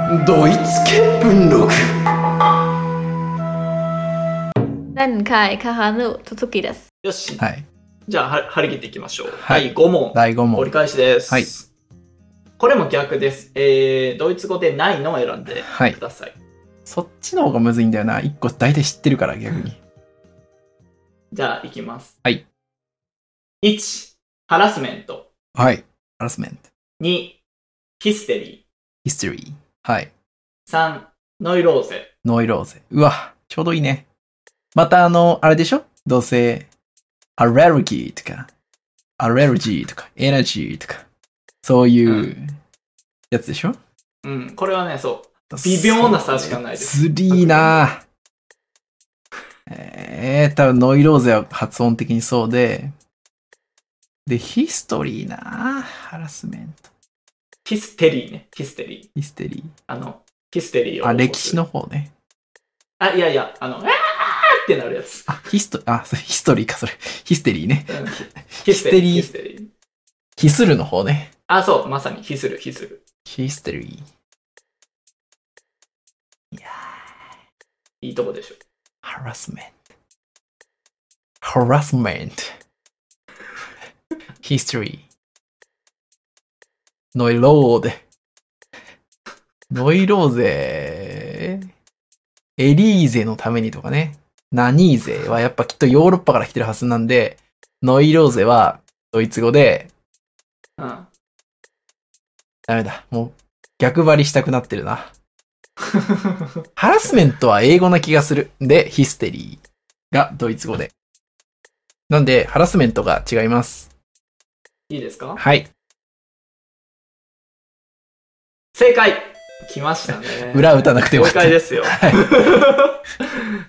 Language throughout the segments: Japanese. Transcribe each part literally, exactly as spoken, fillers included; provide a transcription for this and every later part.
ドイツ系文録。 何回かの続きです。 よし。 はい。 じゃあ、は張り切っていきましょう。 はいだいご問。 だいご問。 折り返しです。 はい。 これも逆です。えー、ドイツ語でないのを選んでください。はい、 そっちの方がむずいんだよな。いっこ大体知ってるから逆に。 じゃあ、いきます。 はい。 いち、ハラスメント。 はい。ハラスメント。 に、ヒステリー。 ヒステリー。はい。 さん、ノイローゼ。 ノイローゼ。うわ、ちょうどいいね。またあの、あれでしょ？どうせ、アレルギーとか、アレルギーとか、エナジーとか、そういうやつでしょ？ うん、これはね、そう。微妙な差しかないです。 ずりーなえー、多分ノイローゼは発音的にそうで、で、ヒストリーなハラスメント。 ヒステリーね。ヒステリー。 ヒステリー。 あの、ヒステリーを。 あ、歴史の方ね。 あ、いやいや、あの、あーってなるやつ。 あ、ヒスト、あ、ヒストリーか、それ。ヒステリーね。 うん、ヒステリー。ヒステリー。 ヒスるの方ね。 あ、そう、まさに、ヒスる、ヒスる。 ヒステリー。いやー。いいとこでしょ。 ハラスメント。ハラスメント。ヒストリー。ノイローゼ。ノイローゼ。エリーゼのためにとかね。ナニーゼはやっぱきっとヨーロッパから来てるはずなんで、ノイローゼはドイツ語で、 うん。 ダメだ。もう逆張りしたくなってるな。ハラスメントは英語な気がする。で、ヒステリーがドイツ語で。なんで、ハラスメントが違います。 いいですか？ はい。 正解！来ましたね。 裏打たなくてよかった。 正解ですよ。はい、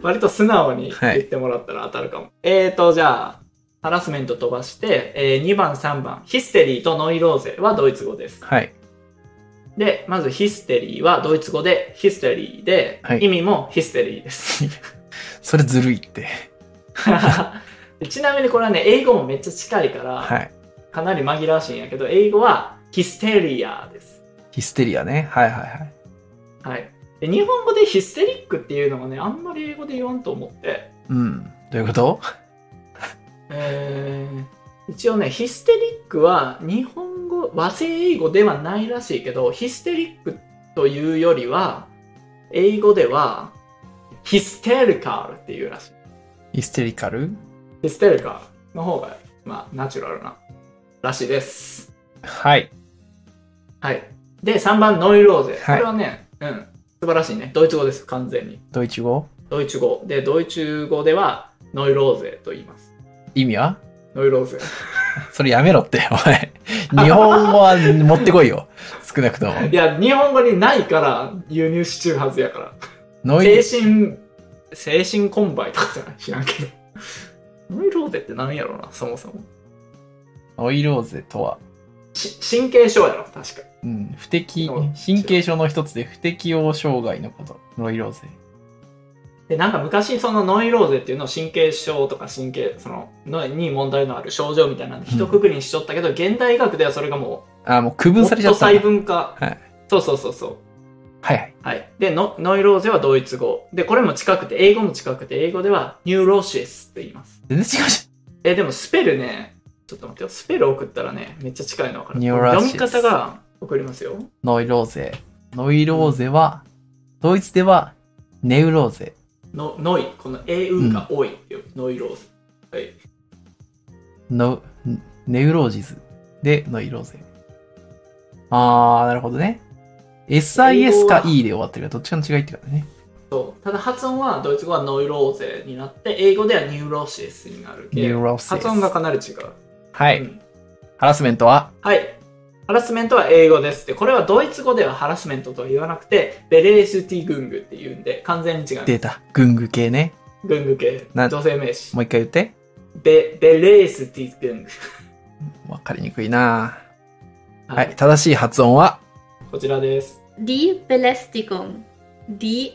割と素直に言ってもらったら当たるかも。はい、えーと、じゃあ、ハラスメント飛ばして、えー、にばん、さんばん、ヒステリーとノイローゼはドイツ語です。 はい。で、 まずヒステリーはドイツ語でヒステリーで、はい、意味もヒステリーです。 それずるいって。 ちなみにこれはね、英語もめっちゃ近いから、はい、かなり紛らわしいんやけど、英語はヒステリアです。 ヒステリアね。はいはいはい。 はい。で、日本語でヒステリックっていうのがね、あんまり英語で言わんと思って。 うん。どういうこと？ えー、一応ね、ヒステリックは日本語、和製英語ではないらしいけど、ヒステリックというよりは、英語では、ヒステリカルっていうらしい。 ヒステリカル？ ヒステリカルの方が、まあ、ナチュラルな、らしいです。 はい。 はい。で、さんばん、ノイローゼ。これはね、はい、うん、素晴らしいね。ドイツ語です、完全に。 ドイツ語？ ドイツ語。で、ドイツ語では、ノイローゼと言います。 意味は？ ノイローゼ。 それやめろって、お前。日本語は持ってこいよ。少なくとも。 いや、日本語にないから輸入しちゅうはずやから。ノイ精神、精神コンバイとかじゃない知らんけど。ノイローゼって何やろうな、そもそも。 ノイローゼとは神経症やろ、確か。 うん、不適、神経症の一つで不適応障害のこと。ノイローゼ。 で、なんか昔そのノイローゼっていうのを神経症とか神経、その、のに問題のある症状みたいなんで一括りにしとったけど、うん、現代医学ではそれがもう、 あ、もう区分されちゃった。 もっと細分化。 はい。 そうそうそうそう。 はいはい。 はい。で、ノ、ノイローゼはドイツ語。で、これも近くて、英語も近くて、英語ではニューロシスって言います。 全然違うじゃん。 え、でもスペルね、ちょっと待ってよ。スペル送ったらね、めっちゃ近いの分かる。読み方が送りますよ。 ノイローゼ。ノイローゼは、うん、ドイツではネウローゼ。 の、ノイ。この エーウー が多いっていう、うん、ノイローゼ。はい。 の、ネウロージズでノイローゼ。あー、なるほどね。エスアイエス か E で終わってるから、どっちかの違いってことね。 そう。ただ発音はドイツ語はノイローゼになって、英語ではニューロシスになる。 ニューロシス。 発音がかなり違う。 はい、うん。ハラスメントは？ はい。ハラスメントは英語です。で、これはドイツ語ではハラスメントとは言わなくて、ベレースティグングって言うんで、完全に違います。 出た。グング系ね。 グング系。女性名詞。 もう一回言って。 ベ、ベレースティグング。 わかりにくいな、はい、はい。正しい発音はこちらです。 Die Belästigung. Die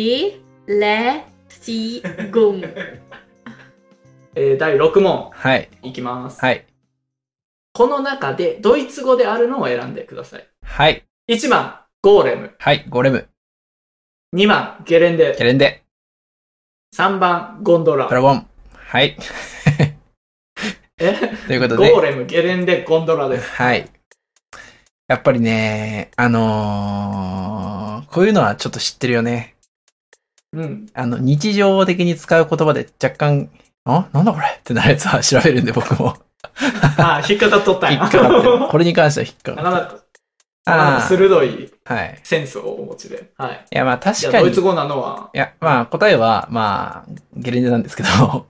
Belästigung. えー、だいろく問。 はい。 いきます。 はい。 この中でドイツ語であるのを選んでください。 はい。 いちばん、 ゴーレム。 はい、ゴレム。 にばん、ゲレンデ。 ゲレンデ。 さんばん、ゴンドラ。 ドラゴン。はい。 えということで。 ゴーレム、ゲレンデ、ゴンドラです。 はい。やっぱりね、あのー、こういうのはちょっと知ってるよね。 うん。 あの、日常的に使う言葉で若干、あなんだこれってなるやつは調べるんで、僕も。 ああ、引っかかっとったんや。 引っかかってる。これに関しては引っかかってる。 ああ、鋭いはい。 センスをお持ちで。はい。 いや、まあ確かに。 ドイツ語なのは。 いや、まあ答えは、まあ、ゲレンデなんですけど。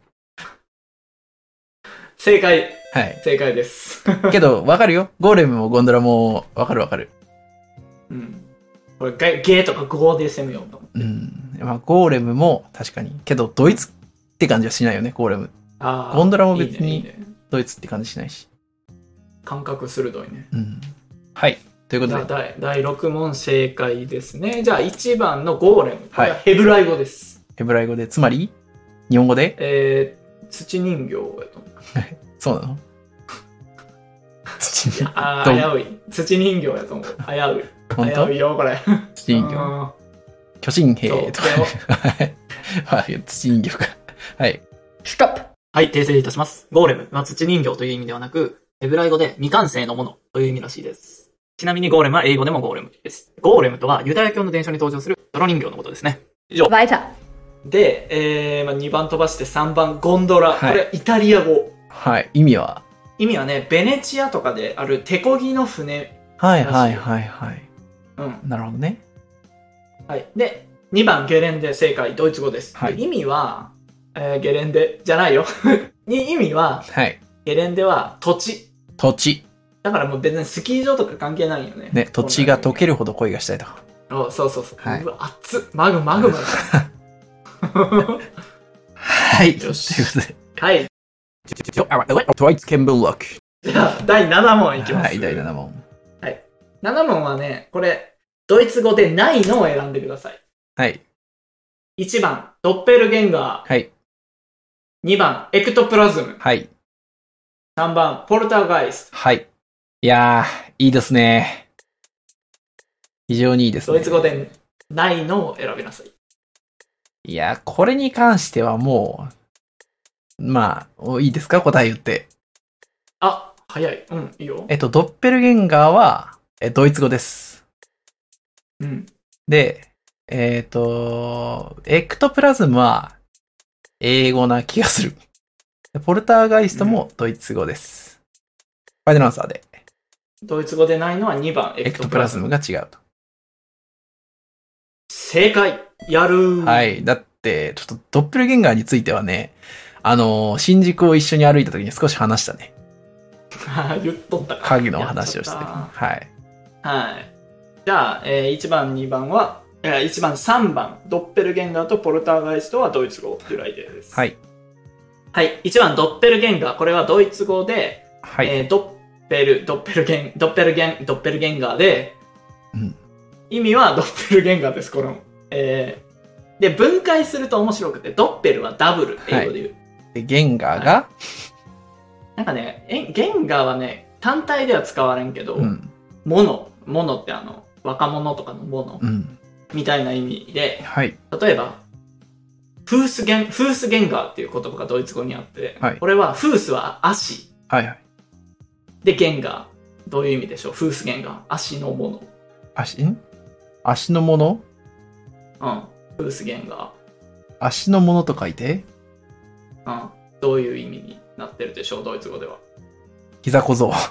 正解。 はい。 正解です。 けど、わかるよ。ゴーレムもゴンドラも、わかるわかる。 うん。これ、ゲゲーとかゴーで攻めようと思って。 うん。まあ、ゴーレムも確かに。けど、ドイツって感じはしないよね、ゴーレム。 ああ。 ゴンドラも別にいいねいいね、 ドイツって感じしないし。 感覚鋭いね。 うん。はい。ということで。 第だいろく問正解ですね。じゃあいちばんのゴーレム。これはヘブライ語です。 はい、ヘブライ語で、つまり日本語でえー、土人形やと思う。 そうなの土人形。ああ、危うい。土人形やと思う。危うい。 本当危ういよ、これ。 土人形。巨神兵とか。はい。土人形か。はい。 ストップ。はい、訂正いたします。ゴーレムは土人形という意味ではなく、ヘブライ語で未完成のものという意味らしいです。ちなみにゴーレムは英語でもゴーレムです。ゴーレムとはユダヤ教の伝承に登場する泥人形のことですね。以上。 weiter。 で、えーまあ、にばん飛ばしてさんばんゴンドラ。 はい、 これイタリア語。 はい。意味は意味はね、ベネチアとかである手漕ぎの船。 はいはいはいはい。 うん。 なるほどね。 はい。で、にばんゲレンデ正解、ドイツ語です。はい、で意味は、えー、ゲレンデじゃないよ。意味は、はい、ゲレンデは土地。 土地。 だからもう別にスキー場とか関係ないよね。 ね、土地が溶けるほど恋がしたいと。 おそうそうそう。 はい、 うわ、熱っ。マグマグマ。 はい。よし。ということで。 はい。 ドイツ見聞録。 じゃあ、だいなな問いきます。 はい、だいなな問。 はい。なな問はね、これ、ドイツ語でないのを選んでください。 はい。 いちばん、ドッペルゲンガー。 はい。 にばん、エクトプラズム。 はい。 さんばん、ポルターガイスト。 はい。いやー、いいですね。非常にいいですね。 ドイツ語でないのを選びなさい。 いやー、これに関してはもう、まあ、いいですか答え言って。 あ、早い。うん、いいよ。 えっと、ドッペルゲンガーは、え、ドイツ語です。 うん。 で、えっと、エクトプラズムは、英語な気がする。ポルターガイストもドイツ語です。うん、ファイナルアンサーで。 ドイツ語でないのはにばん、 エクトプラズムが違うと。 正解やるー。 はい。だって、ちょっとドッペルゲンガーについてはね、あのー、新宿を一緒に歩いた時に少し話したね。 言っとったか。 鍵の話をした時に。はい。 はい。じゃあ、えー、いちばん、にばんは、えー、いちばん、さんばん、ドッペルゲンガーとポルターガイストはドイツ語由来です。 はい。 はい。いちばん、ドッペルゲンガー。これはドイツ語で、 はい。 えー、ドッペル、ドッペルゲン、ドッペルゲン、ドッペルゲンガーで、 うん、 意味はドッペルゲンガーです、これも。えー、で、分解すると面白くて、ドッペルはダブル、英語で言う。はい、 で、ゲンガーが、はい、 なんかね、え、ゲンガーはね、単体では使われんけど、 うん、 モノ、モノってあの、若者とかのモノ、 うん、 みたいな意味で、 はい、 例えば、フースゲン、フースゲンガーっていう言葉がドイツ語にあって、 はい、 これは、フースは足。 はいはい。 で、ゲンガー。どういう意味でしょう？フースゲンガー。足のもの。 足、ん足のもの？ うん。フースゲンガー。 足のものと書いて？ うん。どういう意味になってるでしょう？ドイツ語では。 膝小僧。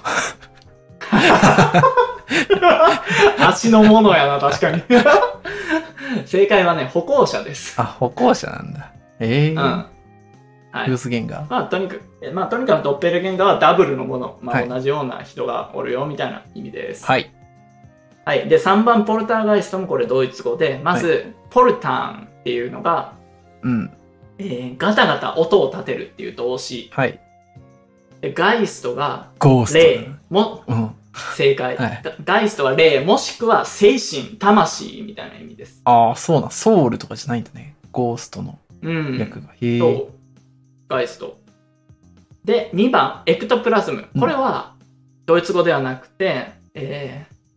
足のものやな、確かに。正解はね、歩行者です。 あ、歩行者なんだ。ええー。うん。 はい。 フースゲンガー。 まあ、とにかく、まあ、とにかくドッペルゲンガーはダブルのもの。まあ、同じような人がおるよ、みたいな意味です。 はい。 はい。で、さんばん、ポルターガイストもこれドイツ語で、まず、はい、ポルターンっていうのが、 うん。 えー、ガタガタ音を立てるっていう動詞。 はい。 で、ガイストが、 ゴースト。 霊。も、うん。正解、 はい。 ガイストは霊、もしくは精神、魂みたいな意味です。 ああ、そうな。ソウルとかじゃないんだね。ゴーストの訳が。うん、へえ。 そう。ガイスト。で、にばん、エクトプラズム。これは、ドイツ語ではなくて、えー、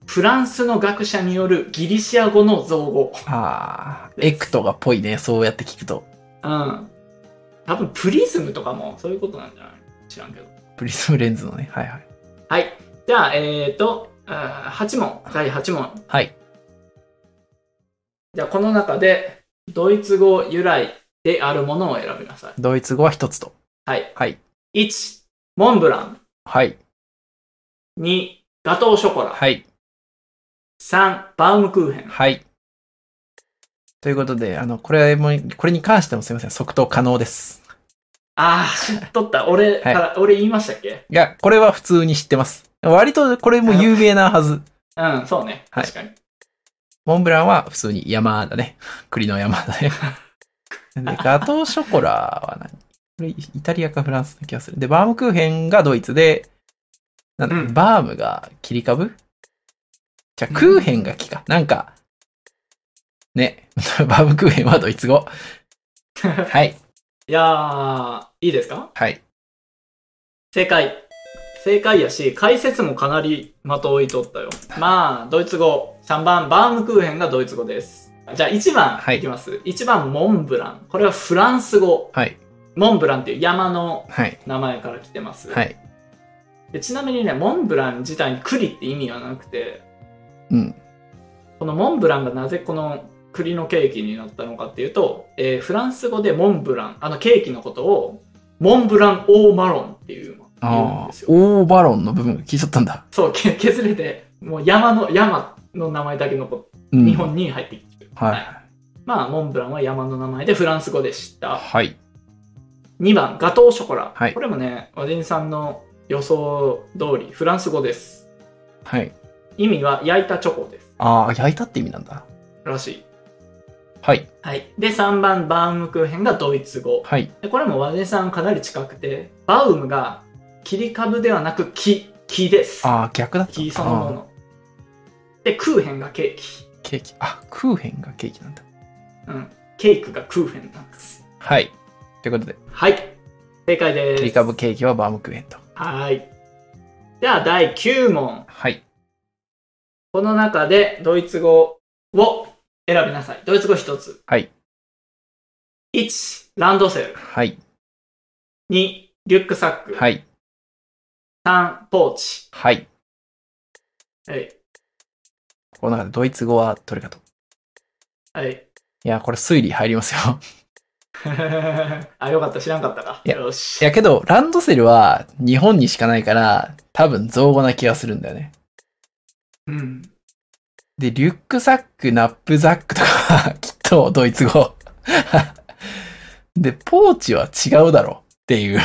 フランスの学者によるギリシア語の造語。 ああ、エクトがっぽいね、そうやって聞くと。 うん。多分プリズムとかもそういうことなんじゃない？知らんけど。 プリズムレンズのね、はいはい。 はい。じゃあ、えっと、はち問。だいはち問。 はい。 じゃあ、この中で、ドイツ語由来であるものを選びなさい。 ドイツ語は一つと。 はい。 はい。 いち、モンブラン。 はい。 に、ガトーショコラ。 はい。 さん、バウムクーヘン。 はい。ということで、あの、これも、これに関してもすいません、即答可能です。 ああ、知っとった。俺から、はい、俺言いましたっけ？ いや、これは普通に知ってます。割とこれも有名なはず。 うん、そうね。確かに、はい。 モンブランは普通に山だね。栗の山だね。で、ガトーショコラは何？これイタリアかフランスの気がする。で、バームクーヘンがドイツで、なんだ、うん、バームが切り株？じゃあ、クーヘンが木か。なんか、ね。バームクーヘンはドイツ語。はい。 いやー、いいですか？ はい。 正解。正解やし、解説もかなり的を置いとったよ。まあ、ドイツ語。さんばん、バームクーヘンがドイツ語です。じゃあいちばんいきます。はい、いちばん、モンブラン。これはフランス語。 はい。 モンブランっていう山の名前から来てます。 はい。 でちなみにね、モンブラン自体に栗って意味はなくて、 うん。 このモンブランがなぜこの栗のケーキになったのかっていうと、えー、フランス語でモンブラン、あのケーキのことを、モンブランオーマロンっていうの言うんですよ。 オーバロンの部分が聞いちゃったんだ。 そう、削れて、もう山の、山の名前だけ残って、うん、日本に入ってきてる。 はい。はい、 まあ、モンブランは山の名前でフランス語でした。 はい。 にばん、ガトーショコラ。 はい。 これもね、和人さんの予想通り、フランス語です。 はい。 意味は焼いたチョコです。 ああ、焼いたって意味なんだ。 らしい。 はい。 はい。で、さんばん、バウムクーヘンがドイツ語。 はい。 でこれも和人さんかなり近くて、バウムが切り株ではなく木、木です。 ああ、逆だった。 木そのもの。で、クーヘンがケーキ。 ケーキ。あ、クーヘンがケーキなんだ。 うん。ケーキがクーヘンなんです。 はい。ということで。 はい。正解です。 切り株ケーキはバームクーヘンと。 はい。では、だいきゅう問。 はい。 この中でドイツ語を選びなさい。ドイツ語一つ。 はい。 いち、ランドセル。 はい。 に、リュックサック。 はい。 さん、ポーチ。 はい。 はい。 この中でドイツ語はどれかと。 はい。 いや、これ推理入りますよ。 あ、よかった。知らんかったか。 いや、 よし。 いやけど、ランドセルは日本にしかないから、多分造語な気がするんだよね。 うん。 で、リュックサック、ナップザックとかはきっとドイツ語。で、ポーチは違うだろうっていう。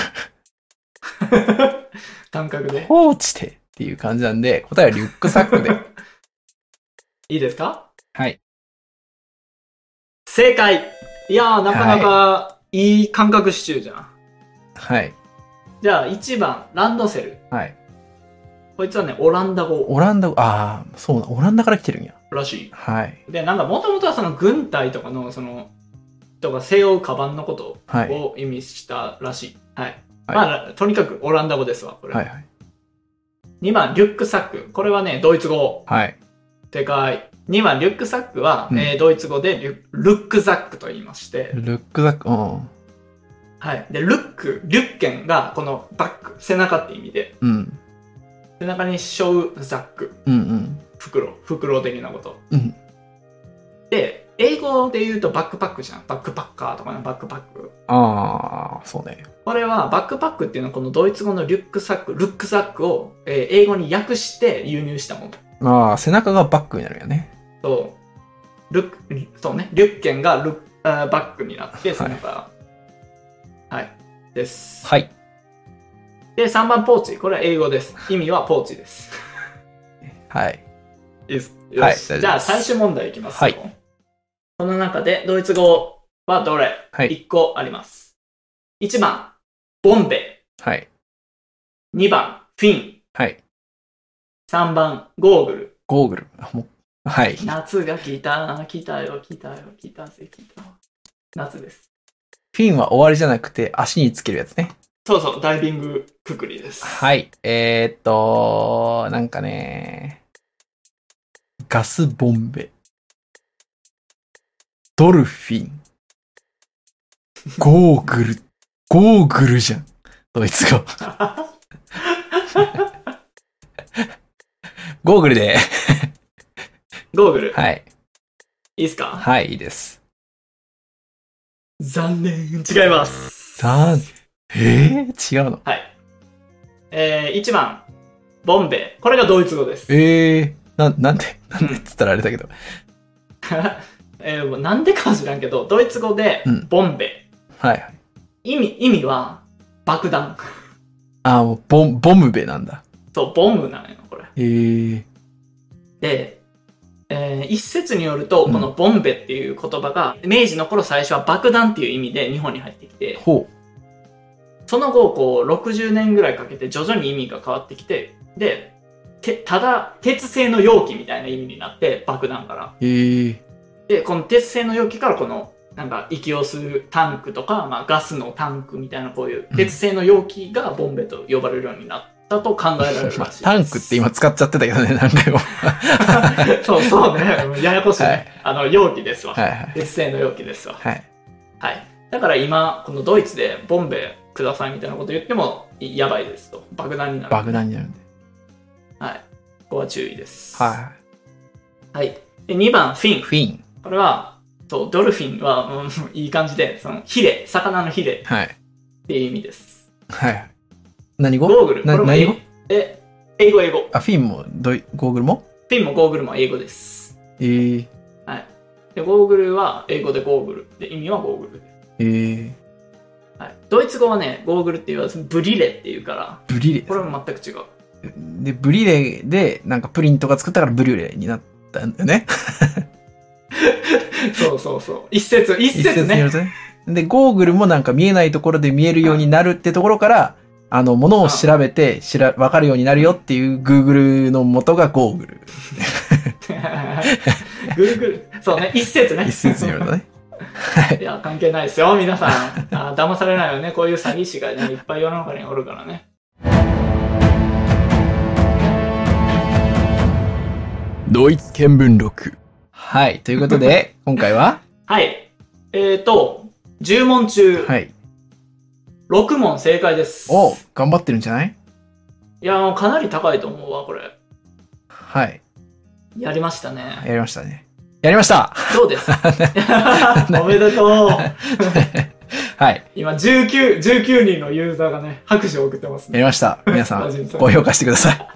感覚で。 ポーチでっていう感じなんで、答えはリュックサックで。 いいですか？ はい。 正解。いやー、なかなかいい感覚シチューじゃん。 はい。 じゃあいちばん、ランドセル。 はい。 こいつはね、オランダ語。 オランダ語、ああ、そうな、オランダから来てるんや。 らしい。 はい。 で、なんかもともとはその軍隊とかの、その、とか背負うカバンのことを意味したらしい。はい。はい、まあ、とにかくオランダ語ですわ、これ。 はいはい。 にばん、リュックサック。これはね、ドイツ語。 はい。 正解。にばん、リュックサックは、うん、えー、ドイツ語でル、ルックザックと言いまして。 ルックザック、うん。 はい。で、ルック、リュッケンが、このバック、背中って意味で。 うん。 背中に背負うザック。 うんうん。 袋。袋的なこと。 うん。 で、英語で言うとバックパックじゃん。バックパッカーとかね、バックパック。 ああ、そうね。 これは、バックパックっていうのはこのドイツ語のリュックサック、ルックサックを、えー、英語に訳して輸入したもの。ああ、背中がバックになるよね。 そう。ルック、そうね。リュッケンがルッあバックになって、背中が。はい。はい。です。 はい。 で、さんばんポーチ。これは英語です。意味はポーチです。 はい。 いいです。よし。はい、じゃあ、最終問題いきます。はい。この中で、ドイツ語はどれ？はい。いっこあります。いちばん、ボンベ。 はい。 にばん、フィン。 はい。 さんばん、ゴーグル。 ゴーグル。はい。 夏が来た、来たよ、来たよ、来たぜ、来た。夏です。 フィンは終わりじゃなくて足につけるやつね。 そうそう、ダイビングくくりです。 はい。えー、っと、なんかね、 ガスボンベ。ドルフィン。ゴーグル。ゴーグルじゃん。ドイツ語。ゴーグルで。 ゴーグル。 はい。 いいっすか？ はい、いいです。 残念。違います。 さあ、えー、違うの？ はい。えー、いちばん、ボンベ。これがドイツ語です。 えー、な、なんでなんでっつったらあれだけど。 えー、なんでかは知らんけど、ドイツ語で、ボンベ。 うん、はいはい。 意味、意味は、爆弾。 あ、もう、ボン、ボムベなんだ。 そう、ボムなんよ、これ。 えー。 で、えー、一説によると、このボンベっていう言葉が、明治の頃最初は爆弾っていう意味で日本に入ってきて、 ほう。 その後、こう、ろくじゅうねんぐらいかけて徐々に意味が変わってきて、で、てただ、鉄製の容器みたいな意味になって、爆弾から。 えー。 で、この鉄製の容器からこの、なんか、息を吸うタンクとか、まあ、ガスのタンクみたいな、こういう鉄製の容器がボンベと呼ばれるようになったと考えられるらしいです。 タンクって今使っちゃってたけどね、何回も。 そうそうね。ややこしいね。はい、あの、容器ですわ。 はいはい、 鉄製の容器ですわ。 はい。 はい。だから今、このドイツでボンベくださいみたいなこと言っても、やばいですと。爆弾になる。 爆弾になるんで。 はい。ここは注意です。 はい。 はい。で、にばん、フィン。 フィン。 これは、そう、ドルフィンは、うん、いい感じで、その、ヒレ、魚のヒレ。 はい。 っていう意味です。 はい。何語？ ゴーグル。 な何語？ え、英語、英語。 あ、フィンもどい、ゴーグルも？ フィンもゴーグルも英語です。 えー。 はい。で、ゴーグルは英語でゴーグル。で、意味はゴーグルです。 えー。 はい。ドイツ語はね、ゴーグルって言わず、ブリレっていうから。 ブリレ。 これも全く違う。 で、ブリレで、なんかプリンとか作ったからブリュレになったんだよね。 そうそうそう。一説、一説ね。 一説ね。で、ゴーグルもなんか見えないところで見えるようになるってところから、あの、ものを調べて、しら、わかるようになるよっていう Google の元がゴーグル。 Google。そうね、一説ね。 一説によるとね。 いや、関係ないですよ、皆さん。あ、騙されないよね。こういう詐欺師がね、いっぱい世の中におるからね。 ドイツ見聞録。はい。ということで、今回ははい。えーと、じゅう問中、 はい。 ろく問正解です。 お、頑張ってるんじゃない？ いや、もうかなり高いと思うわ、これ。 はい。 やりましたね。 やりましたね。やりましたどうですおめでとうはい。 今、じゅうきゅう、じゅうきゅうにんのユーザーがね、拍手を送ってますね。 やりました。皆さん、高評価してください。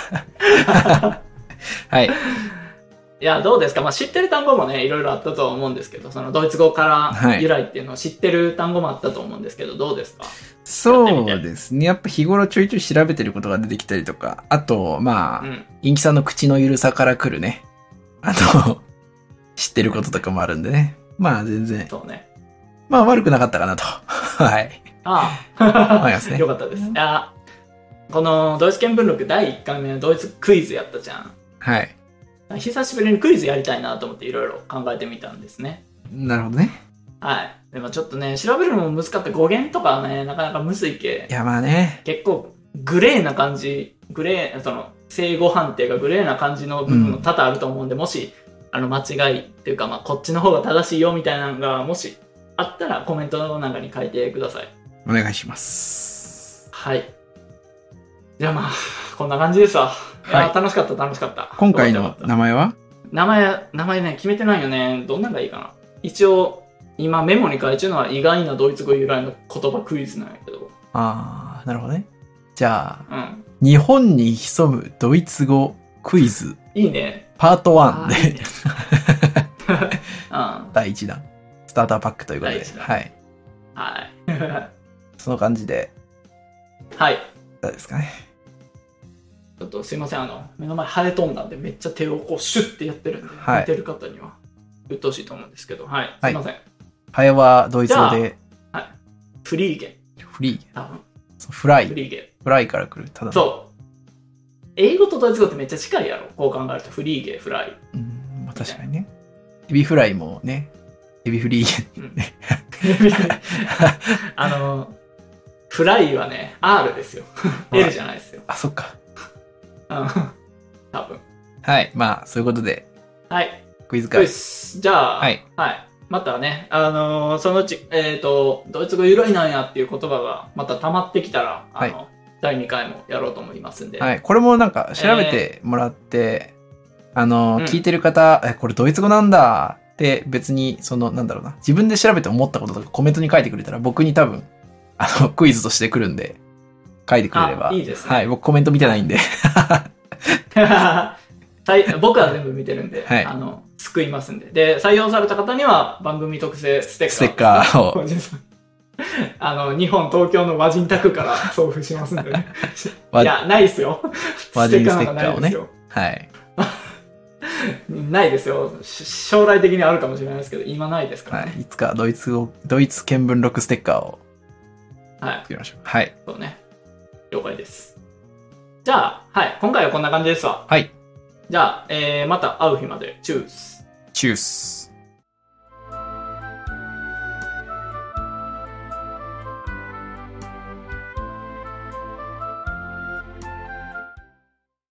はい。 いや、どうですか？まあ、知ってる単語もね、いろいろあったとは思うんですけど、そのドイツ語から由来っていうのを知ってる単語もあったと思うんですけど、どうですか？ そうですね。やっぱ日頃ちょいちょい調べてることが出てきたりとか、あと、まあ、うん、インキさんの口のゆるさから来るね、あと、知ってることとかもあるんでね。まあ、全然。 そうね。 まあ、悪くなかったかなと。はい。 ああ。 思いますね。 よかったです。いや、このドイツ見聞録だいいっかいめのドイツクイズやったじゃん。 はい。 久しぶりにクイズやりたいなと思っていろいろ考えてみたんですね。 なるほどね。 はい。でもちょっとね、調べるのも難かった。語源とかはね、なかなかむずいけ。 いや、まあね。 結構、グレーな感じ、グレー、その、正誤判定がグレーな感じの部分も多々あると思うんで、うん、もし、あの、間違いっていうか、まあ、こっちの方が正しいよみたいなのが、もしあったらコメントの中に書いてください。 お願いします。 はい。じゃあまあ、こんな感じですわ。いや、はい、楽しかった、楽しかった。 今回の名前は？ 名前、名前ね、決めてないよね。どんなのがいいかな。一応、今メモに書いてるのは意外なドイツ語由来の言葉クイズなんやけど。 あー、なるほどね。じゃあ、 うん、 日本に潜むドイツ語クイズ。 いいね。 パートワンで。いいね、 うん、 だいいちだん。スターターパックということで。はい。 はい。 その感じで。 はい。 どうですかね。 ちょっとすいません、あの、目の前腫れ飛んだんで、めっちゃ手をこうシュッてやってるんで、 はい、 見てる方には、うっとうしいと思うんですけど、はい。すいません。 ハエはドイツ語で、 はい。フリーゲ。 フリーゲ。 多分。 フライ。 フリーゲ。 フライから来る。ただ。 そう。英語とドイツ語ってめっちゃ近いやろ。こう考えると、フリーゲ、フライ。 うん、まあ、確かにね。エビフライもね、エビフリーゲ。うん、 あの、フライはね、アール ですよ。エル じゃないですよ。 あ、そっか。 うん。多分。 はい。まあ、そういうことで、 はい。 クイズ会。 クイズ。じゃあ、 はい。 はい。またね、あのーそのうち、えっ、と、ドイツ語由来なんやっていう言葉がまた溜まってきたら、あの、だいにかいもやろうと思いますんで。 はい。これもなんか調べてもらって、あの、 うん聞いてる方、え、これドイツ語なんだって別に、その、なんだろうな、自分で調べて思ったこととかコメントに書いてくれたら僕に多分、あの、クイズとして来るんで、書いてくれれば。 あいいですねはい。僕コメント見てないんで。 さい僕は全部見てるんで、 はいあの、救いますんで。で、採用された方には番組特製ステッカー。 ステッカーを個人さんあの、日本、東京の和人宅から送付しますんでね。 わいや、ないっすよ。 和人ステッカーをねステッカーなんかないですよ。 はい。 ないですよ。し将来的にあるかもしれないですけど、今ないですからね。 はい。いつかドイツ語、ドイツ見聞録ステッカーをはい。 作りましょう。はい。 そうね。了解です。じゃあ、はい。今回はこんな感じですわ。 はい。 じゃあ、えー、また会う日まで。チュース。 チュース。